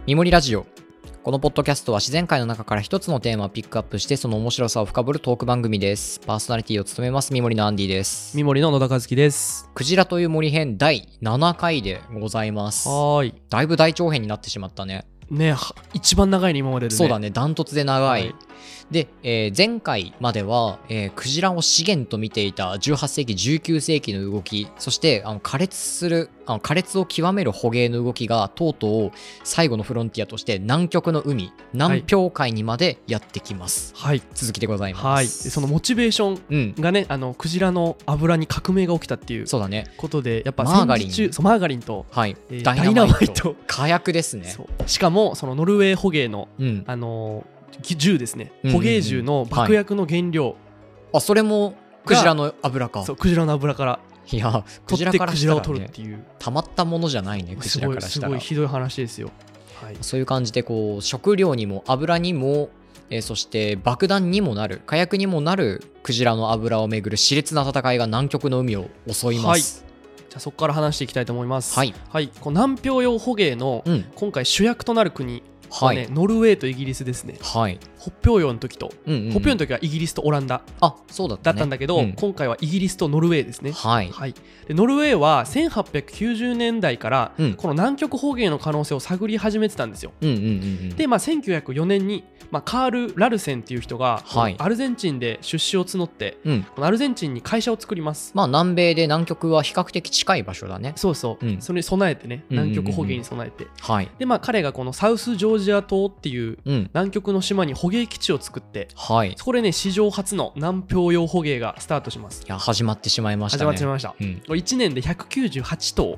みもりラジオ。このポッドキャストは自然界の中から一つのテーマをピックアップしてその面白さを深掘るトーク番組です。パーソナリティを務めますみもりのアンディです。 みもりの野田和樹です。 クジラという森編第7回でございます。だいぶ大長編になってしまったね。 ね、一番長いね今まででね。 そうだね、ダントツで長い。で、前回までは、クジラを資源と見ていた18世紀19世紀の動き、そして苛烈を極める捕鯨の動きがとうとう最後のフロンティアとして南極の海、南氷海にまでやってきます。はい、続きでございます。 はい、そのモチベーションがね、クジラの油に革命が起きたっていうことで、やっぱマーガリンと、 はい、ダイナマイト、 火薬ですね。 しかもそのノルウェー捕鯨の、銃ですね、捕鯨銃の爆薬の原料、 それもクジラの油か。 そう、クジラの油からいや、 クジラを取るっていう、 たまったものじゃないね、クジラからしたら。 すごいひどい話ですよ。 はい、そういう感じでこう食料にも油にも、そして爆弾にもなる、火薬にもなるクジラの油をめぐる熾烈な戦いが南極の海を襲います。 じゃあそこから話していきたいと思います。 はい、 こう南氷洋捕鯨の今回主役となる国、ノルウェーとイギリスですね。北氷洋の時と、北氷洋の時はイギリスとオランダだったんだけど、今回はイギリスとノルウェーですね。でノルウェーは1890年代からこの南極捕鯨の可能性を探り始めてたんですよ。で、1904年にカール・ラルセンっていう人がアルゼンチンで出資を募って、このアルゼンチンに会社を作ります。 南米で南極は比較的近い場所だね。 そう、それに備えてね、南極捕鯨に備えて、で彼がこのサウスジョージア島っていう南極の島に捕鯨基地を作って、そこでね、史上初の南氷洋捕鯨がスタートします。 いや、始まってしまいましたね。 1年で198頭。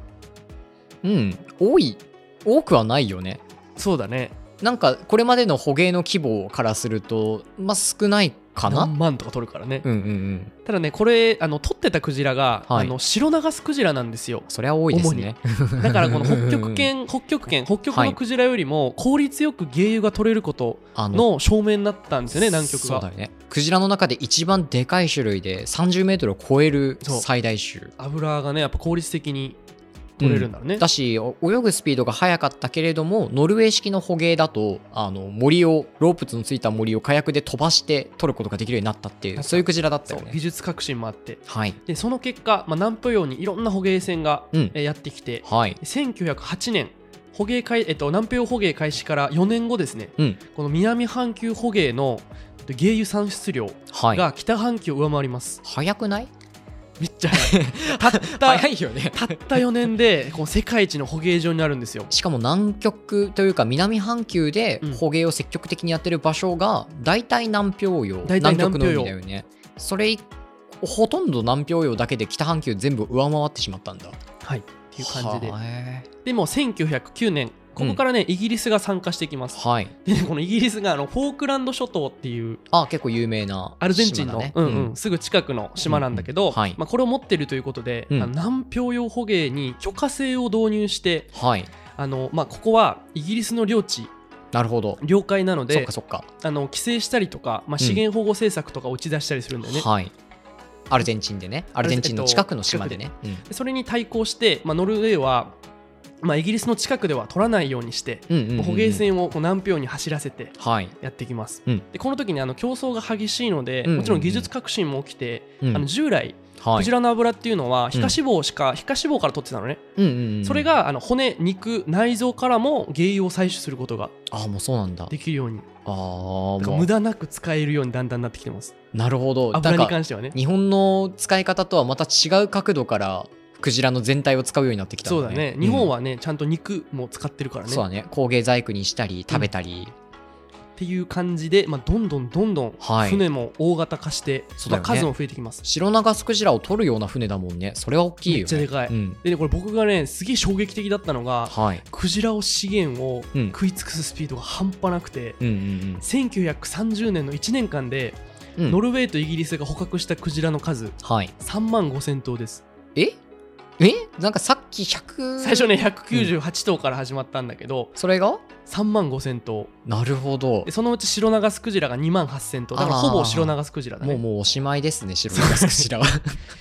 多くはないよね。 そうだね。 なんかこれまでの捕鯨の規模からすると少ないかな。 何万とか取るからね。ただね、これ取ってたクジラが、白ナガスクジラなんですよ。 そりゃ多いですね。 だからこの北極のクジラよりも効率よく鯨油が取れることの証明になったんですよね、南極が。 そうだよね。クジラの中で一番でかい種類で30メートルを超える最大種。 油がね、やっぱ効率的に取れるんだろうね。 だし、泳ぐスピードが速かったけれども、ノルウェー式の捕鯨だとロープのついた森を火薬で飛ばして取ることができるようになったっていう、そういうクジラだったよね。 技術革新もあって、でその結果、南氷洋にいろんな捕鯨船が、やってきて、1908年南氷洋捕鯨開始から4年後ですね、この南半球捕鯨の鯨油産出量が北半球を上回ります。 早くない？ めっちゃ早いよね。 たった4年でこの世界一の捕鯨場になるんですよ。 しかも南極というか南半球で捕鯨を積極的にやってる場所が大体南極の海だよね。それほとんど南氷洋だけで北半球全部上回ってしまったんだ。 っていう感じで。でも1909年ここからね、イギリスが参加してきます。でね、このイギリスがフォークランド諸島っていう結構有名な島だね。 アルゼンチンの、すぐ近くの島なんだけど、これを持ってるということで、南氷洋捕鯨に許可制を導入して、ここはイギリスの領地、領海なので規制したりとか、資源保護政策とか打ち出したりするんだよね。アルゼンチンでね、アルゼンチンの近くの島でね。それに対抗して、ノルウェーはイギリスの近くでは取らないようにして、捕鯨船を南氷に走らせてやってきます。でこの時に競争が激しいので、もちろん技術革新も起きて、従来クジラの油っていうのは皮下脂肪から取ってたのね。それが骨、肉、内臓からも鯨油を採取することができるように、無駄なく使えるようにだんだんなってきてます。 なるほど。 油に関してはね、 日本の使い方とはまた違う角度からクジラの全体を使うようになってきたんだね。 そうだね。日本はね、ちゃんと肉も使ってるからね。 そうだね。工芸細工にしたり食べたり、 っていう感じで、どんどん船も大型化して、数も増えてきます。 白ナガスクジラを取るような船だもんね。それは大きいよね。 めっちゃでかい。でね、これ僕がね、すげえ衝撃的だったのが、クジラ資源を食い尽くすスピードが半端なくて、1930年の1年間でノルウェーとイギリスが捕獲したクジラの数、3万5000頭です。 なんかさっき100 最初ね198頭から始まったんだけど、 それが 3万5000頭。 なるほど。 でそのうち白ナガスクジラが2万8000頭だからほぼ白ナガスクジラだね。 もうおしまいですね、白ナガスクジラは。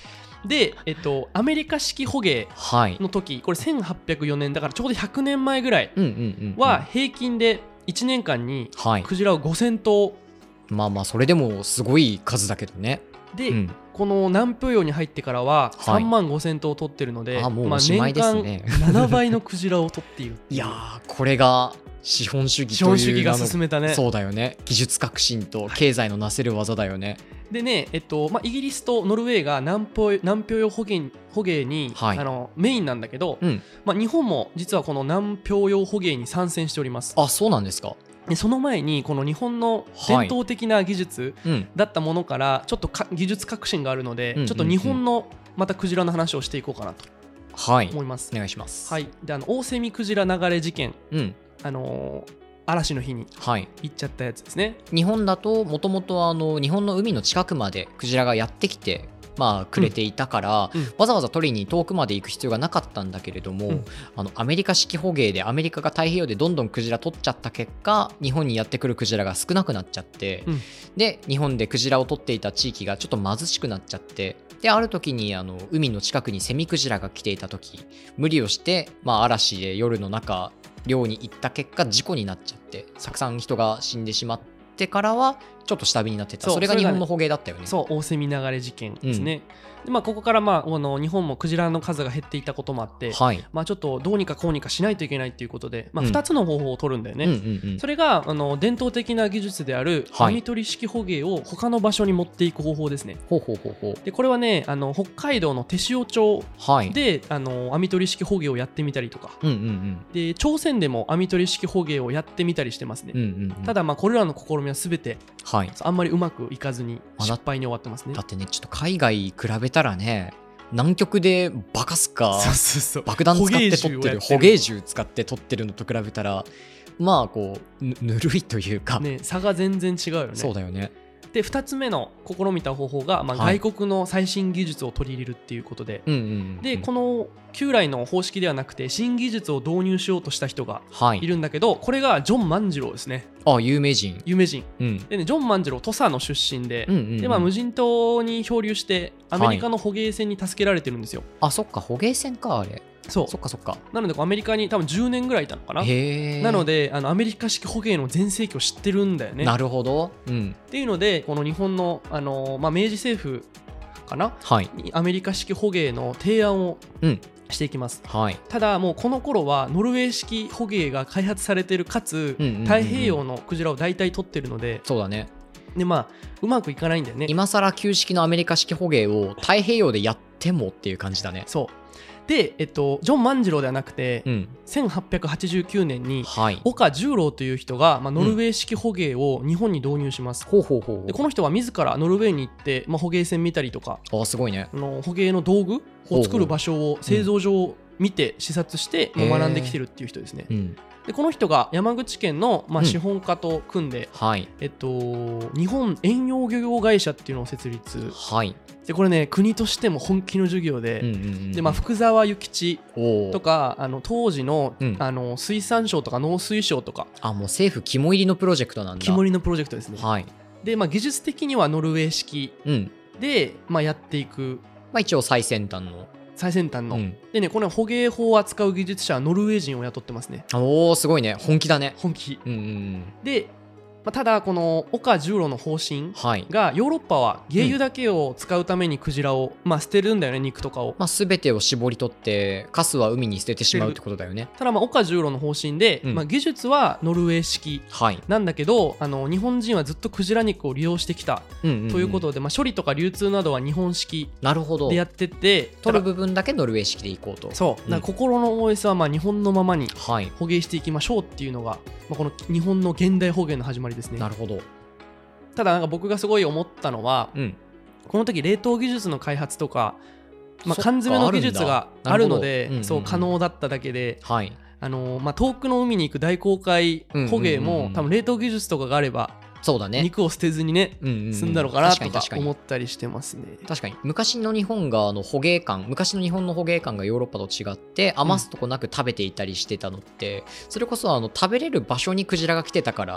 で、アメリカ式捕鯨の時、これ1804年だからちょうど100年前ぐらいは平均で1年間にクジラを5000頭、 まあまあそれでもすごい数だけどね。 で、この南氷洋に入ってからは3万5000頭を取ってるので、 もうおしまいですね。 年間7倍のクジラを取っているいやー、これが資本主義という、 資本主義が進めたね。 そうだよね。技術革新と経済のなせる技だよね。 でね、イギリスとノルウェーが南氷洋捕鯨に、メインなんだけど、日本も実はこの南氷洋捕鯨に参戦しております。 あ、そうなんですか。 でその前にこの日本の伝統的な技術だったものからちょっと技術革新があるので、ちょっと日本のまたクジラの話をしていこうかなと思います。 お願いします。 はい。で大蝉クジラ流れ事件、嵐の日に行っちゃったやつですね。 日本だともともと日本の海の近くまでクジラがやってきてくれていたから、わざわざ取りに遠くまで行く必要がなかったんだけれども、アメリカ式捕鯨でアメリカが太平洋でどんどんクジラ取っちゃった結果、日本にやってくるクジラが少なくなっちゃって、で日本でクジラを取っていた地域がちょっと貧しくなっちゃって、である時に海の近くにセミクジラが来ていた時、無理をして、嵐で夜の中漁に行った結果事故になっちゃって、たくさん人が死んでしまってからはちょっと下火になってた。それが日本の捕鯨だったよね。 そう、大蝉流れ事件ですね。でここから日本もクジラの数が減っていたこともあって、ちょっとどうにかこうにかしないといけないということで、2つの方法を取るんだよね。それが伝統的な技術である網取り式捕鯨を他の場所に持っていく方法ですね。でこれはね、北海道の手塩町で、網取り式捕鯨をやってみたりとか、で朝鮮でも網取り式捕鯨をやってみたりしてますね。ただこれらの試みは全てあんまりうまくいかずに失敗に終わってますね。 だってね、ちょっと海外比べたらね、南極でバカスカ爆弾使って取ってる、捕鯨銃使って取ってるのと比べたら、こうぬるいというか、 差が全然違うよね。 そうだよね。 で2つ目の試みた方法が、外国の最新技術を取り入れるっていうことで、でこの旧来の方式ではなくて新技術を導入しようとした人がいるんだけど、これがジョン万次郎ですね。 有名人。 でね、ジョン万次郎土佐の出身で、無人島に漂流してアメリカの捕鯨船に助けられてるんですよ。 そっか、捕鯨船かあれ。そっか。 なのでアメリカに多分10年ぐらいいたのかな。なのでアメリカ式捕鯨の全盛期を知ってるんだよね。 なるほど。 っていうのでこの日本の、明治政府かな、アメリカ式捕鯨の提案をしていきます。ただもうこの頃はノルウェー式捕鯨が開発されてる、かつ太平洋のクジラを大体取ってるので、 そうだね。 でうまくいかないんだよね。 今更旧式のアメリカ式捕鯨を太平洋でやってもっていう感じだね。 そうで、ジョン万次郎ではなくて、1889年に岡十郎という人が、ノルウェー式捕鯨を日本に導入します。でこの人は自らノルウェーに行って、捕鯨船見たりとか、 すごいね。 捕鯨の道具を作る場所を製造所を見て視察して学んできてるっていう人ですね。でこの人が山口県の、資本家と組んで、日本遠洋漁業会社っていうのを設立、でこれね国としても本気の事業で、福沢諭吉とか当時の、水産省とか農水省とか、 もう政府肝入りのプロジェクトなんだ。 肝入りのプロジェクトですね。で、技術的にはノルウェー式で、やっていく、 一応最先端の、 でね、この捕鯨法を扱う技術者はノルウェー人を雇ってますね。 すごいね。本気だね。 本気。でただこの岡十郎の方針が、ヨーロッパは鯨油だけを使うためにクジラを、捨てるんだよね、肉とかを。 全てを絞り取ってカスは海に捨ててしまうってことだよね。 ただ岡十郎の方針で、技術はノルウェー式なんだけど、日本人はずっとクジラ肉を利用してきたということで、処理とか流通などは日本式でやってて、 取る部分だけノルウェー式でいこうと。 心の OS は日本のままに捕鯨していきましょうっていうのが、この日本の現代捕鯨の始まりですね。 なるほど。 ただ僕がすごい思ったのは、この時冷凍技術の開発とか、缶詰の技術があるので可能だっただけで、遠くの海に行く大航海捕鯨も多分冷凍技術とかがあれば、肉を捨てずにね、済んだのかなとか思ったりしてますね。 確かに昔の日本が昔の日本の捕鯨館がヨーロッパと違って余すとこなく食べていたりしてたのって、それこそ食べれる場所にクジラが来てたから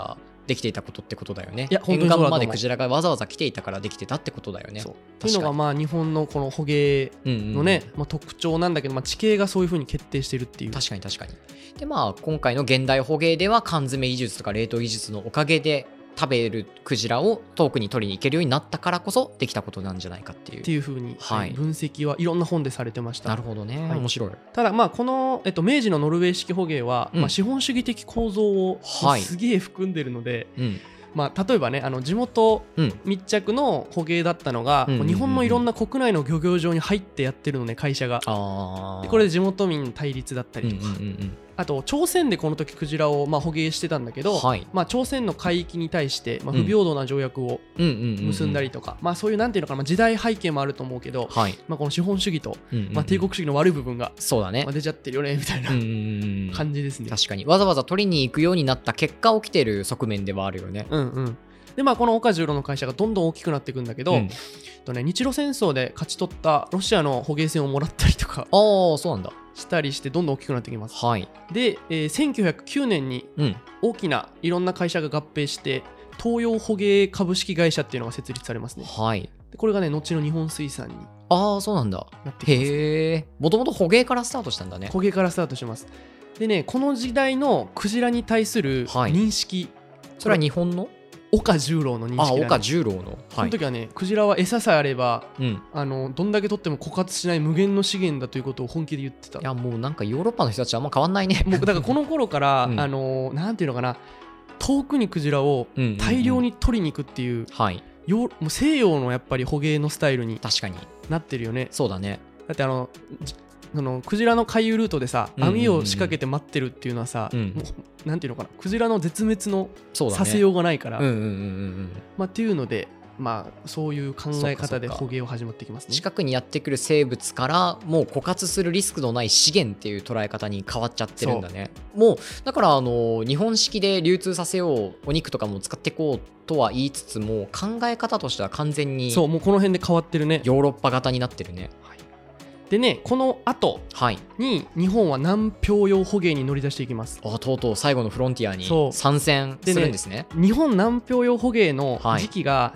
できていたことってことだよね。 いや本当にそうだと思う。 沿岸までクジラがわざわざ来ていたからできてたってことだよね。 というのがまあ日本のこの捕鯨のね、まあ、特徴なんだけど、まあ、地形がそういう風に決定してるっていう。 確かに確かに。でまあ今回の現代捕鯨では缶詰技術とか冷凍技術のおかげで食べるクジラを遠くに取りに行けるようになったからこそできたことなんじゃないかっていう風に、分析はいろんな本でされてました。 なるほどね、面白い。 ただまあこの、明治のノルウェー式捕鯨は、まあ、資本主義的構造をすげえ含んでるので、まあ、例えばね地元密着の捕鯨だったのが、日本のいろんな国内の漁業場に入ってやってるのね会社が。でこれで地元民対立だったりとか、あと朝鮮でこの時クジラをまあ捕鯨してたんだけど、まあ、朝鮮の海域に対してまあ不平等な条約を結んだりとか、まあそういうなんていうのかな、まあ、時代背景もあると思うけど、まあこの資本主義とまあ帝国主義の悪い部分が出ちゃってるよねみたいな感じですね。 確かにわざわざ取りに行くようになった結果起きてる側面ではあるよね。 でまあこの岡十郎の会社がどんどん大きくなっていくんだけど、日露戦争で勝ち取ったロシアの捕鯨船をもらったりとかそうなんだしたりしてどんどん大きくなってきます。で、1909年に大きないろんな会社が合併して東洋捕鯨株式会社っていうのが設立されますね。でこれがね後の日本水産にそうなんだなってきます。 へえ、もともと捕鯨からスタートしたんだね。 捕鯨からスタートします。でねこの時代のクジラに対する認識、 それは日本の岡十郎の認識。 岡十郎の、 その時はねクジラは餌さえあれば、どんだけ取っても枯渇しない無限の資源だということを本気で言ってた。 いやもうなんかヨーロッパの人たちはあんま変わんないね。 もうだからこの頃から、なんていうのかな、遠くにクジラを大量に取りに行くっていう、もう西洋のやっぱり捕鯨のスタイルになってるよね。 そうだね。 だってそのクジラの回遊ルートでさ網を仕掛けて待ってるっていうのはさ、もうなんていうのかな、クジラの絶滅のさせようがないから、まあっていうので、まあそういう考え方で捕鯨を始まってきますね。 近くにやってくる生物からもう枯渇するリスクのない資源っていう捉え方に変わっちゃってるんだね。もうだから日本式で流通させよう、お肉とかも使っていこうとは言いつつも考え方としては完全にもうこの辺で変わってるね。 ヨーロッパ型になってるね。 でねこの後に日本は南漂洋捕鯨に乗り出していきます。 とうとう最後のフロンティアに参戦するんですね。 日本南漂洋捕鯨の時期が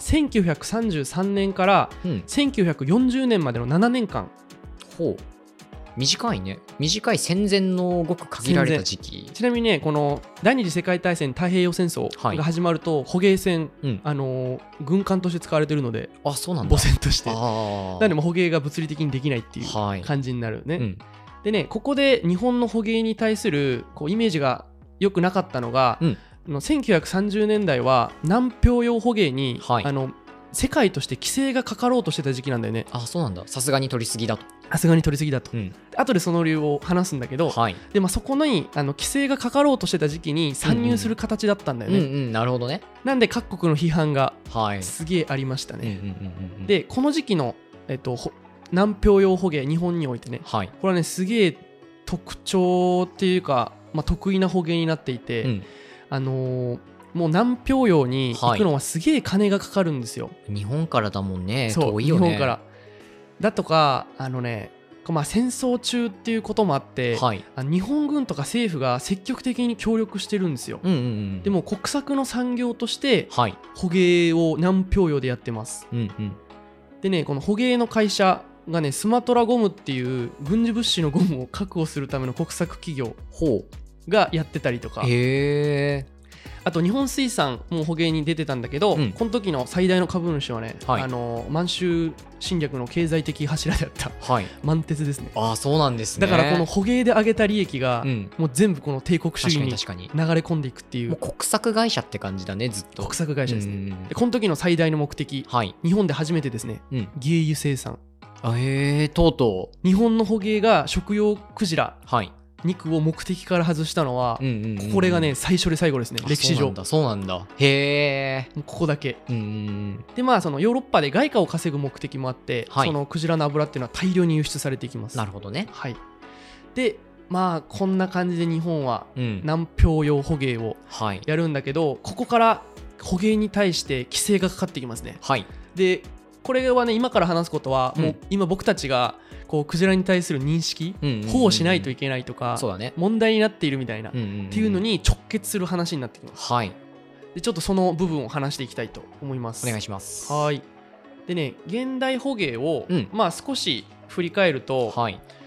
1933年から1940年までの7年間。 短いね。短い戦前のごく限られた時期。 ちなみにねこの第二次世界大戦太平洋戦争が始まると、捕鯨船、軍艦として使われてるので、 そうなんだ、 母船として。なので捕鯨が物理的にできないっていう感じになるね。でねここで日本の捕鯨に対するこうイメージが良くなかったのが、1930年代は南漂洋捕鯨に、世界として規制がかかろうとしてた時期なんだよね。 そうなんだ。さすがに取りすぎだと。 後でその理由を話すんだけど、でそこに規制がかかろうとしてた時期に参入する形だったんだよね。 なるほどね。 なんで各国の批判がすげえありましたね。でこの時期の、南漂洋捕鯨日本においてね、これはねすげえ特徴っていうか、得意な捕鯨になっていて、もう南漂洋に行くのはすげえ金がかかるんですよ。 日本からだもんね。遠いよね。 日本からだとか戦争中っていうこともあって、日本軍とか政府が積極的に協力してるんですよ。でも国策の産業として捕鯨を南漂洋でやってます。でねこの捕鯨の会社がねスマトラゴムっていう軍事物資のゴムを確保するための国策企業がやってたりとか、あと日本水産も捕鯨に出てたんだけど、この時の最大の株主はね、満州侵略の経済的柱であった、満鉄ですね。 そうなんですね。 だからこの捕鯨で上げた利益が、もう全部この帝国主義に流れ込んでいくっていう、 もう国策会社って感じだね。ずっと国策会社ですね。でこの時の最大の目的、日本で初めてですね、鯨油生産。 とうとう日本の捕鯨が食用クジラ、肉を目的から外したのは、これがね最初で最後ですね。歴史上そうなんだ。へえ。 ここだけ。でそのヨーロッパで外貨を稼ぐ目的もあって、そのクジラの油っていうのは大量に輸出されていきます。 なるほどね。 でこんな感じで日本は南漂洋捕鯨をやるんだけど、ここから捕鯨に対して規制がかかってきますね。でこれはね今から話すことは、もう今僕たちがこうクジラに対する認識、保護しないといけないとか、問題になっているみたいな、っていうのに直結する話になってきます。 でちょっとその部分を話していきたいと思います。 お願いします。 はい。でね、現代捕鯨を、まあ少し振り返ると、はい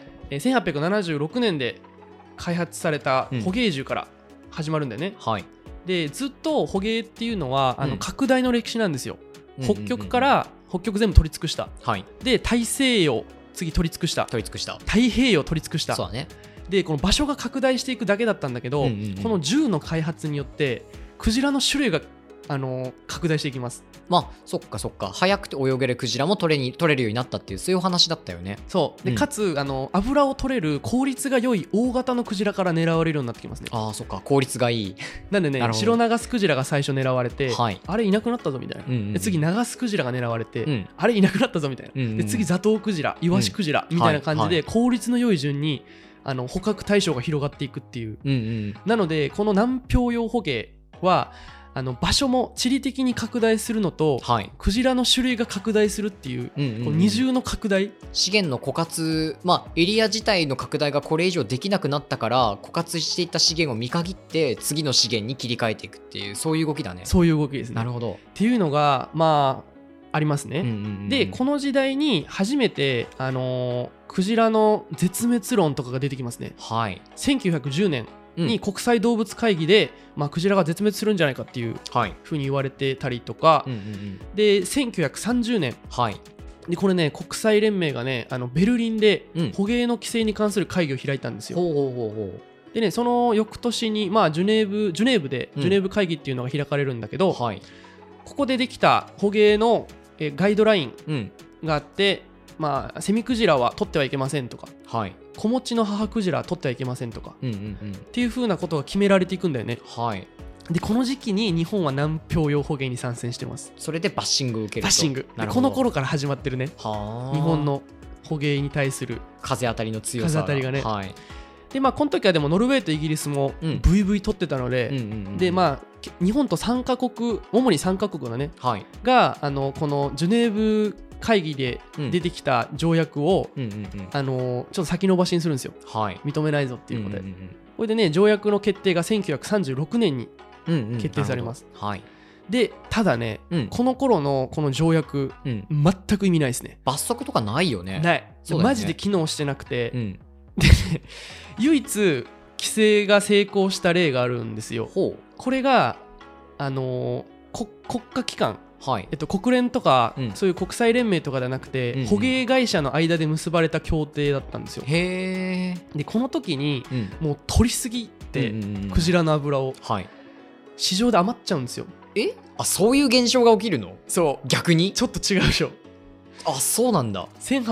、1876年で開発された捕鯨銃から始まるんだよね。はい、でずっと捕鯨っていうのは拡大の歴史なんですよ。北極から北極全部取り尽くした、はい、で大西洋次取り尽くした、太平洋取り尽くした。そうだね。でこの場所が拡大していくだけだったんだけど、この銃の開発によってクジラの種類が拡大していきます。 まあそっかそっか、早くて泳げるクジラも取れるようになったっていう、そういう話だったよね。 そうで、かつ油を取れる効率が良い大型のクジラから狙われるようになってきますね。 ああそっか、効率がいい。 なんでね、白ナガスクジラが最初狙われて、はい、あれいなくなったぞみたいな、で次ナガスクジラが狙われて、あれいなくなったぞみたいな、で次ザトウクジラ、イワシクジラみたいな感じで、効率の良い順に捕獲対象が広がっていくっていう、なのでこの南氷洋捕鯨は場所も地理的に拡大するのと、はい、クジラの種類が拡大するっていう、こう二重の拡大、 資源の枯渇、まあ、エリア自体の拡大がこれ以上できなくなったから枯渇していった資源を見限って次の資源に切り替えていくっていう、そういう動きだね。 そういう動きですね。 なるほど。 っていうのがまあありますね。でこの時代に初めて、クジラの絶滅論とかが出てきますね。はい、1910年に国際動物会議で、クジラが絶滅するんじゃないかっていうふうに言われてたりとか、で1930年、はい、でこれね国際連盟がねベルリンで捕鯨の規制に関する会議を開いたんですよ。でね、その翌年に、ジュネーブでジュネーブ会議っていうのが開かれるんだけど、はい、ここでできた捕鯨のガイドラインがあって、セミクジラは取ってはいけませんとか、はい、子持ちの母クジラは取ってはいけませんとか、っていう風なことが決められていくんだよね。はい、でこの時期に日本は南氷洋捕鯨に参戦してます。 それでバッシング受けると。 バッシングでこの頃から始まってるね。日本の捕鯨に対する風当たりの強さが。 風当たりがね。はい、でこの時はでもノルウェーとイギリスもブイブイ取ってたので、で日本と3カ国、主に3カ国のね、はい、がこのジュネーブ会議で出てきた条約をちょっと先延ばしにするんですよ。はい、認めないぞっていうことで、これでね条約の決定が1936年に決定されます。はい、でただね、この頃のこの条約、全く意味ないですね。 罰則とかないよね。 ない、ね、マジで機能してなくて、でね唯一規制が成功した例があるんですよ。これが国家機関、はい、国連とか、そういう国際連盟とかじゃなくて、捕鯨会社の間で結ばれた協定だったんですよ。へー。でこの時に、もう取りすぎて、クジラの油を、はい、市場で余っちゃうんですよ。 そういう現象が起きるの？ そう、 逆にちょっと違うでしょ。 そうなんだ。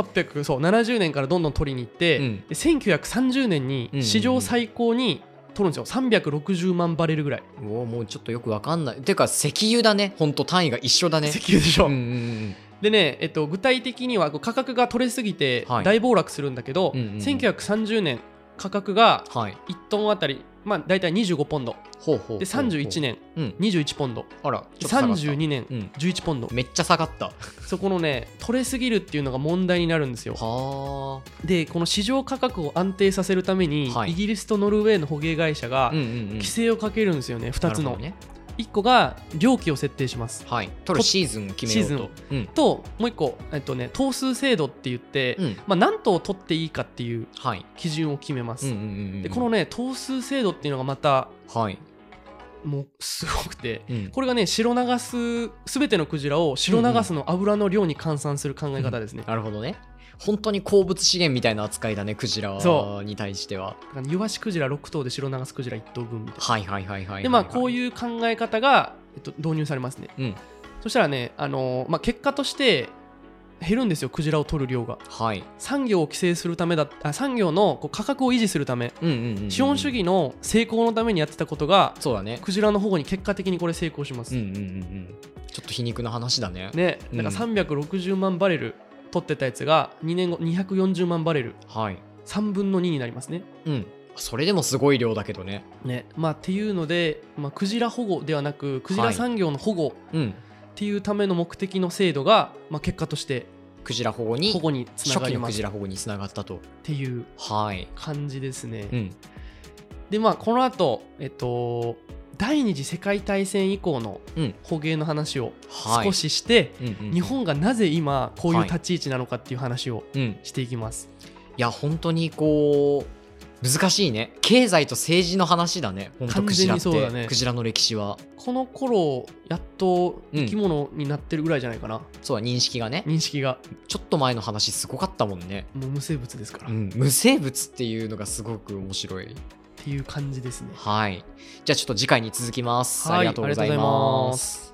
1870年からどんどん取りに行って、で1930年に史上最高に取るんですよ。360万バレルぐらい。 もうちょっとよく分かんない。ていうか石油だね。ほんと単位が一緒だね。 石油でしょ。でね、具体的には価格が取れすぎて大暴落するんだけど、1930年価格が1トンあたり、だいたい25ポンドで、31年21ポンド、32年11ポンド。 めっちゃ下がった。 そこのね取れすぎるっていうのが問題になるんですよ。でこの市場価格を安定させるために、イギリスとノルウェーの捕鯨会社が規制をかけるんですよね。2つの、1個が漁期を設定します。 取るシーズンを決めようと。 ともう1個、頭数制度って言って、何頭取っていいかっていう基準を決めます。でこのね頭数制度っていうのがまた、もうすごくて、これがね白ナガス、全てのクジラを白ナガスの油の量に換算する考え方ですね。 なるほどね。本当に鉱物資源みたいな扱いだね、クジラに対しては。 イワシクジラ6頭で白ナガスクジラ1頭分みたいな。 はいはいはいはい。 でこういう考え方が、導入されますね。そしたらね、結果として減るんですよ、クジラを取る量が。はい、産業を規制するため産業の価格を維持するため、資本主義の成功のためにやってたことが、そうだね、クジラの保護に結果的にこれ成功します。ちょっと皮肉な話だね。 だから360万バレル取ってたやつが2年後240万バレル、3分の2になりますね。 それでもすごい量だけどね。 っていうので、クジラ保護ではなくクジラ産業の保護っていうための目的の制度が、結果としてクジラ保護につながります。 初期のクジラ保護につながったとっていう感じですね。でこの後、 第二次世界大戦以降の捕鯨の話を少しして、日本がなぜ今こういう立ち位置なのかっていう話をしていきます。 いや本当にこう難しいね。経済と政治の話だね。本当クジラって、ね、クジラの歴史はこの頃やっと生き物になってるぐらいじゃないかな。 そうだ、認識がちょっと前の話すごかったもんね。 もう無生物ですから、 無生物っていうのがすごく面白いっていう感じですね。 はい、じゃあちょっと次回に続きます。ありがとうございます。